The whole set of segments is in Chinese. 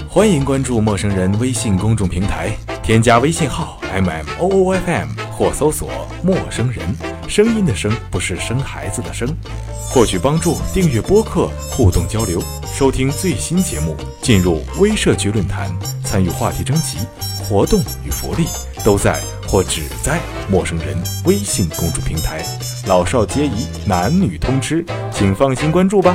欢迎关注陌生人微信公众平台，添加微信号 MMOOFM 或搜索陌生人，声音的声不是生孩子的生。获取帮助，订阅播客，互动交流，收听最新节目，进入微社区论坛，参与话题征集，活动与福利都在或只在陌生人微信公众平台，老少皆宜，男女通吃，请放心关注吧。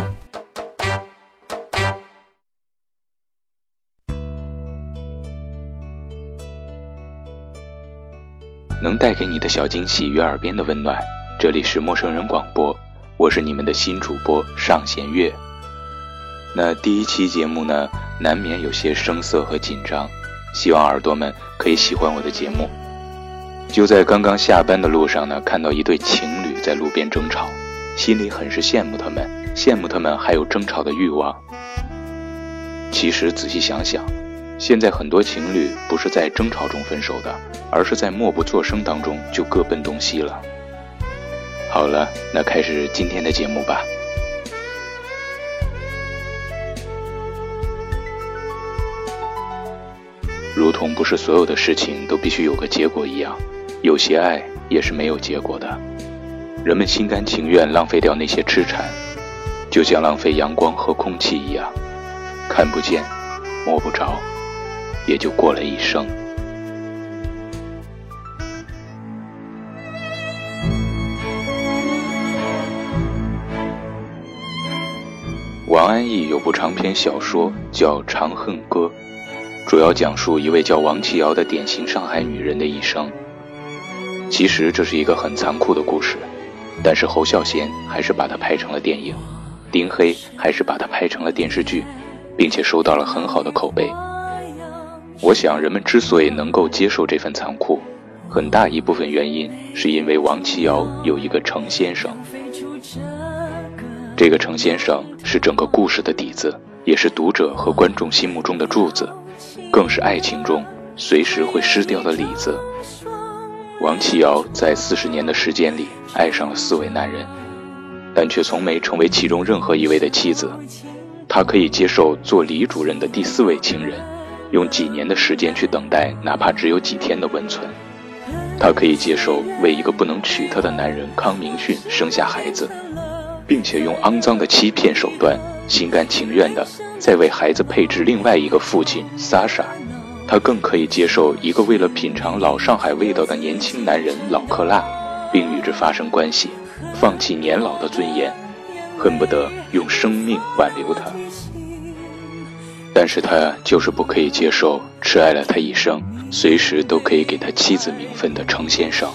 能带给你的小惊喜与耳边的温暖，这里是陌生人广播，我是你们的新主播上弦月。那第一期节目呢，难免有些生涩和紧张，希望耳朵们可以喜欢我的节目。就在刚刚下班的路上呢，看到一对情侣在路边争吵，心里很是羡慕他们还有争吵的欲望。其实仔细想想，现在很多情侣不是在争吵中分手的，而是在默不作声当中就各奔东西了。好了，那开始今天的节目吧。如同不是所有的事情都必须有个结果一样，有些爱也是没有结果的。人们心甘情愿浪费掉那些痴缠，就像浪费阳光和空气一样，看不见摸不着，也就过了一生。王安忆有部长篇小说叫《长恨歌》，主要讲述一位叫王琦瑶的典型上海女人的一生。其实这是一个很残酷的故事，但是侯孝贤还是把它拍成了电影，丁黑还是把它拍成了电视剧，并且收到了很好的口碑。我想人们之所以能够接受这份残酷，很大一部分原因是因为王琦瑶有一个程先生。这个程先生是整个故事的底子，也是读者和观众心目中的柱子，更是爱情中随时会失掉的里子。王琦瑶在40年的时间里爱上了4位男人，但却从没成为其中任何一位的妻子。她可以接受做李主任的第4位情人，用几年的时间去等待哪怕只有几天的温存。她可以接受为一个不能娶她的男人康明逊生下孩子，并且用肮脏的欺骗手段心甘情愿地再为孩子配置另外一个父亲萨莎。她更可以接受一个为了品尝老上海味道的年轻男人老克拉，并与之发生关系，放弃年老的尊严，恨不得用生命挽留他。但是他就是不可以接受痴爱了他一生，随时都可以给他妻子名分的程先生。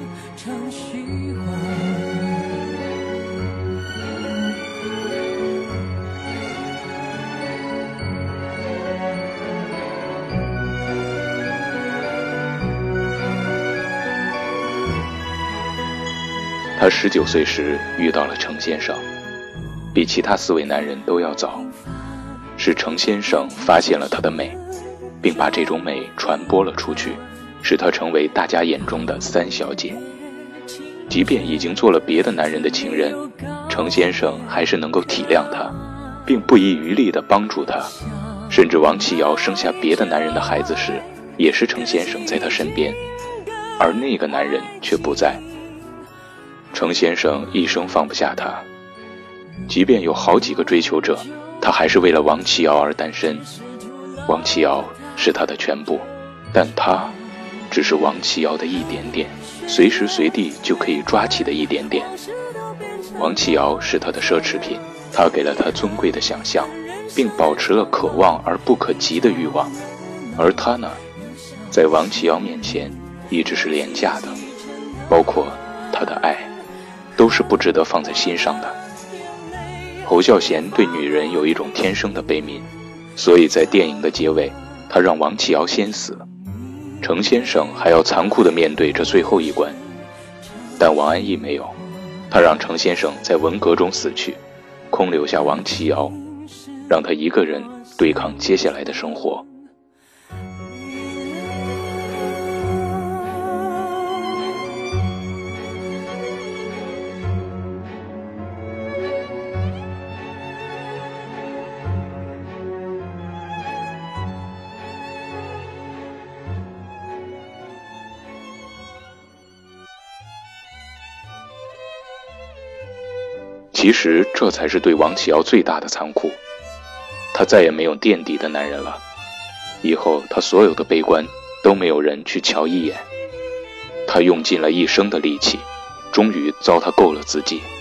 他19岁时遇到了程先生，比其他4位男人都要早。是程先生发现了她的美，并把这种美传播了出去，使她成为大家眼中的3小姐。即便已经做了别的男人的情人，程先生还是能够体谅她，并不遗余力地帮助她。甚至王琦瑶生下别的男人的孩子时，也是程先生在她身边，而那个男人却不在。程先生一生放不下她，即便有好几个追求者，他还是为了王琦瑶而单身。王琦瑶是他的全部，但他只是王琦瑶的一点点，随时随地就可以抓起的一点点。王琦瑶是他的奢侈品，他给了他尊贵的想象，并保持了可望而不可及的欲望。而他呢，在王琦瑶面前一直是廉价的，包括他的爱都是不值得放在心上的。侯孝贤对女人有一种天生的悲悯，所以在电影的结尾，他让王琦瑶先死，程先生还要残酷地面对这最后一关。但王安忆没有，他让程先生在文革中死去，空留下王琦瑶，让他一个人对抗接下来的生活。 其实这才是对王启尧最大的残酷。他再也没有垫底的男人了，以后他所有的悲观都没有人去瞧一眼。他用尽了一生的力气，终于糟蹋够了自己。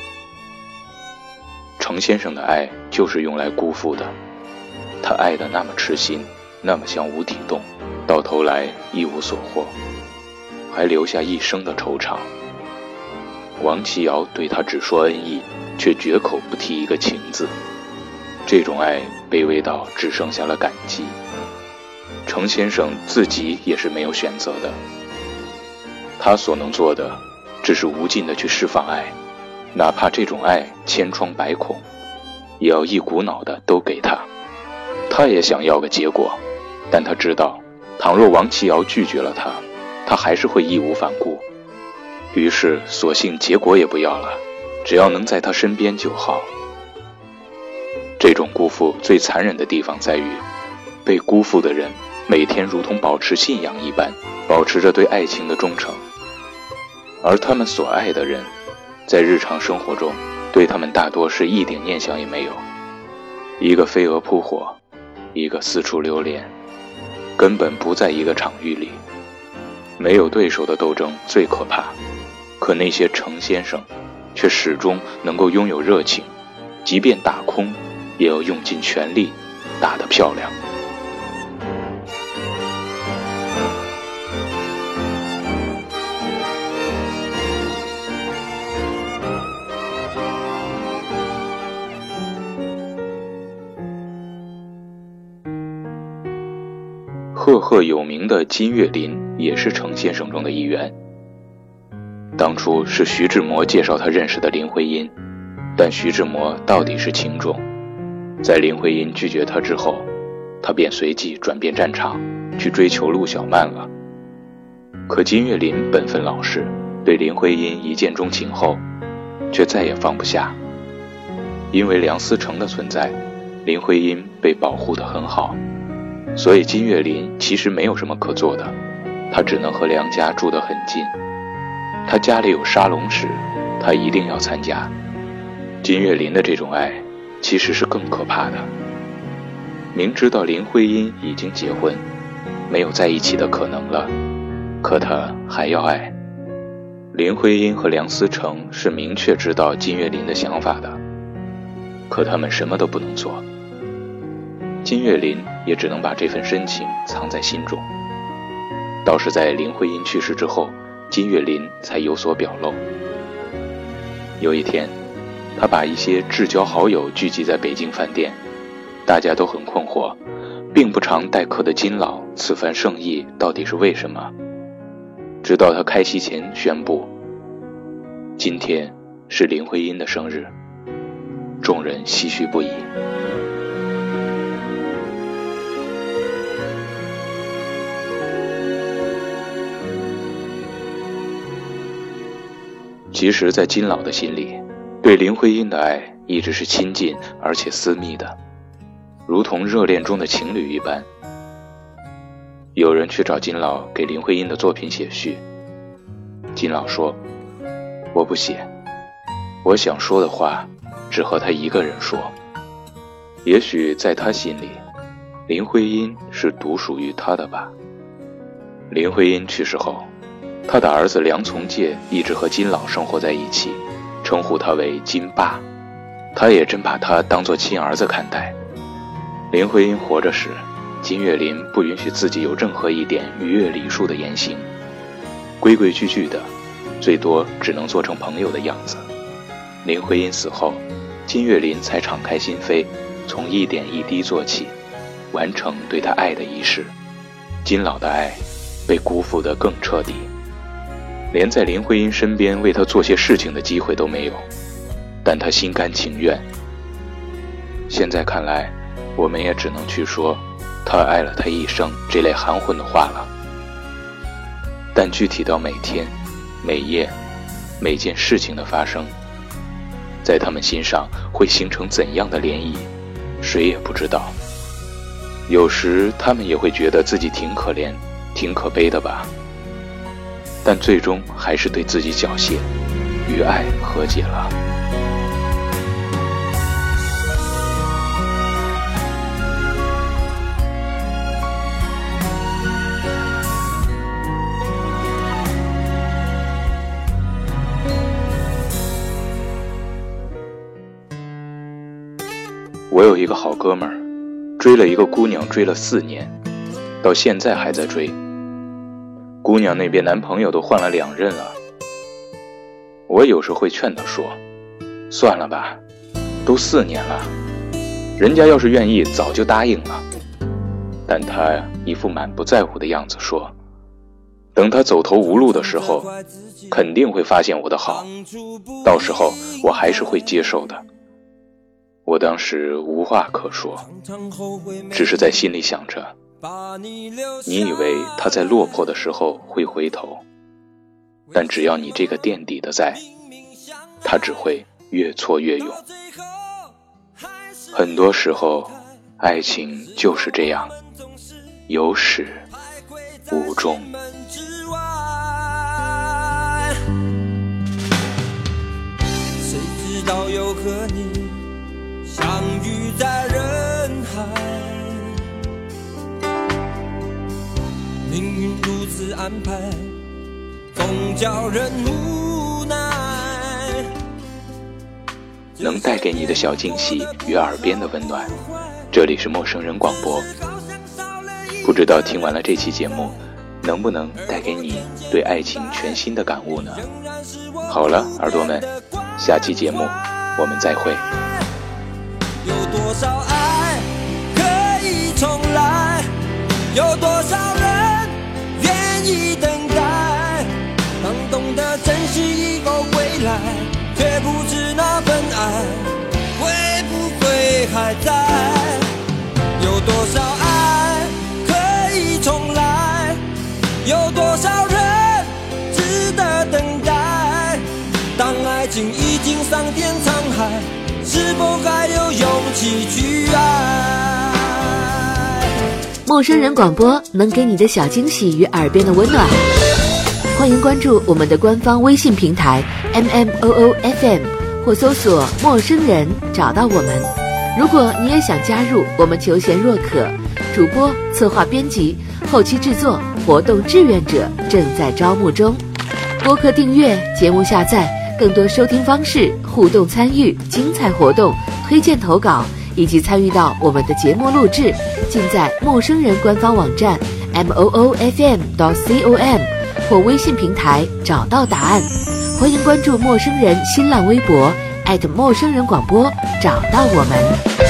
程先生的爱就是用来辜负的，他爱得那么痴心，那么像无底洞，到头来一无所获，还留下一生的惆怅。王启尧对他只说恩义，却绝口不提一个情字，这种爱卑微到只剩下了感激。程先生自己也是没有选择的，他所能做的只是无尽地去释放爱，哪怕这种爱千疮百孔，也要一股脑的都给他。他也想要个结果，但他知道倘若王启尧拒绝了他，他还是会义无反顾，于是索性结果也不要了，只要能在他身边就好。这种辜负最残忍的地方在于，被辜负的人每天如同保持信仰一般，保持着对爱情的忠诚，而他们所爱的人在日常生活中对他们大多是一点念想也没有，一个飞蛾扑火，一个四处流连，根本不在一个场域里。没有对手的斗争最可怕，可那些程先生却始终能够拥有热情，即便打空也要用尽全力打得漂亮。赫赫有名的金岳霖也是程先生中的一员。当初是徐志摩介绍他认识的林徽因，但徐志摩到底是情重，在林徽因拒绝他之后，他便随即转变战场，去追求陆小曼了。可金岳霖本分老实，对林徽因一见钟情后，却再也放不下。因为梁思成的存在，林徽因被保护得很好，所以金岳霖其实没有什么可做的，他只能和梁家住得很近。他家里有沙龙时，他一定要参加。金岳霖的这种爱其实是更可怕的，明知道林徽因已经结婚，没有在一起的可能了，可他还要爱。林徽因和梁思成是明确知道金岳霖的想法的，可他们什么都不能做。金岳霖也只能把这份深情藏在心中，倒是在林徽因去世之后，金岳霖才有所表露。有一天，他把一些至交好友聚集在北京饭店，大家都很困惑，并不常待客的金老此番盛意到底是为什么。直到他开席前宣布，今天是林徽因的生日，众人唏嘘不已。其实在金老的心里，对林徽因的爱一直是亲近而且私密的，如同热恋中的情侣一般。有人去找金老给林徽因的作品写序，金老说，我不写，我想说的话只和他一个人说。也许在他心里，林徽因是独属于他的吧。林徽因去世后，他的儿子梁从诫一直和金老生活在一起，称呼他为金爸，他也真把他当作亲儿子看待。林徽因活着时，金岳霖不允许自己有任何一点逾越礼数的言行，规规矩矩的，最多只能做成朋友的样子。林徽因死后，金岳霖才敞开心扉，从一点一滴做起，完成对他爱的仪式。金老的爱被辜负得更彻底，连在林徽因身边为她做些事情的机会都没有，但她心甘情愿。现在看来，我们也只能去说他爱了她一生这类含混的话了。但具体到每天、每夜、每件事情的发生，在他们心上会形成怎样的涟漪，谁也不知道。有时他们也会觉得自己挺可怜、挺可悲的吧，但最终还是对自己缴械，与爱和解了。 我有一个好哥们儿，追了一个姑娘追了4年，到现在还在追。姑娘那边男朋友都换了2任了。我有时会劝她说，算了吧，都4年了，人家要是愿意早就答应了。但她一副满不在乎的样子说，等她走投无路的时候，肯定会发现我的好，到时候我还是会接受的。我当时无话可说，只是在心里想着，你以为他在落魄的时候会回头，但只要你这个垫底的在，他只会越挫越勇。很多时候爱情就是这样，有始无终。 谁知道又和你相遇在人海，命运如此安排，总叫人无奈。 能带给你的小惊喜与耳边的温暖，这里是陌生人广播。不知道听完了这期节目，能不能带给你对爱情全新的感悟呢？好了，耳朵们，下期节目我们再会。 有多少爱可以重来，有多少人愿意等待，当懂得珍惜以后归来，却不知那份爱会不会还在。有多少爱可以重来，有多少人值得等待，当爱情已经桑田沧海，是否还有勇气去爱。 陌生人广播能给你的小惊喜与耳边的温暖，欢迎关注我们的官方微信平台 MMOOFM 或搜索陌生人找到我们。如果你也想加入，我们求贤若渴，主播、策划编辑、后期制作、活动志愿者正在招募中。播客订阅、节目下载、更多收听方式、互动参与、精彩活动、推荐投稿以及参与到我们的节目录制，尽在陌生人官方网站 moofm.com 或微信平台找到答案。欢迎关注陌生人新浪微博陌生人广播，找到我们。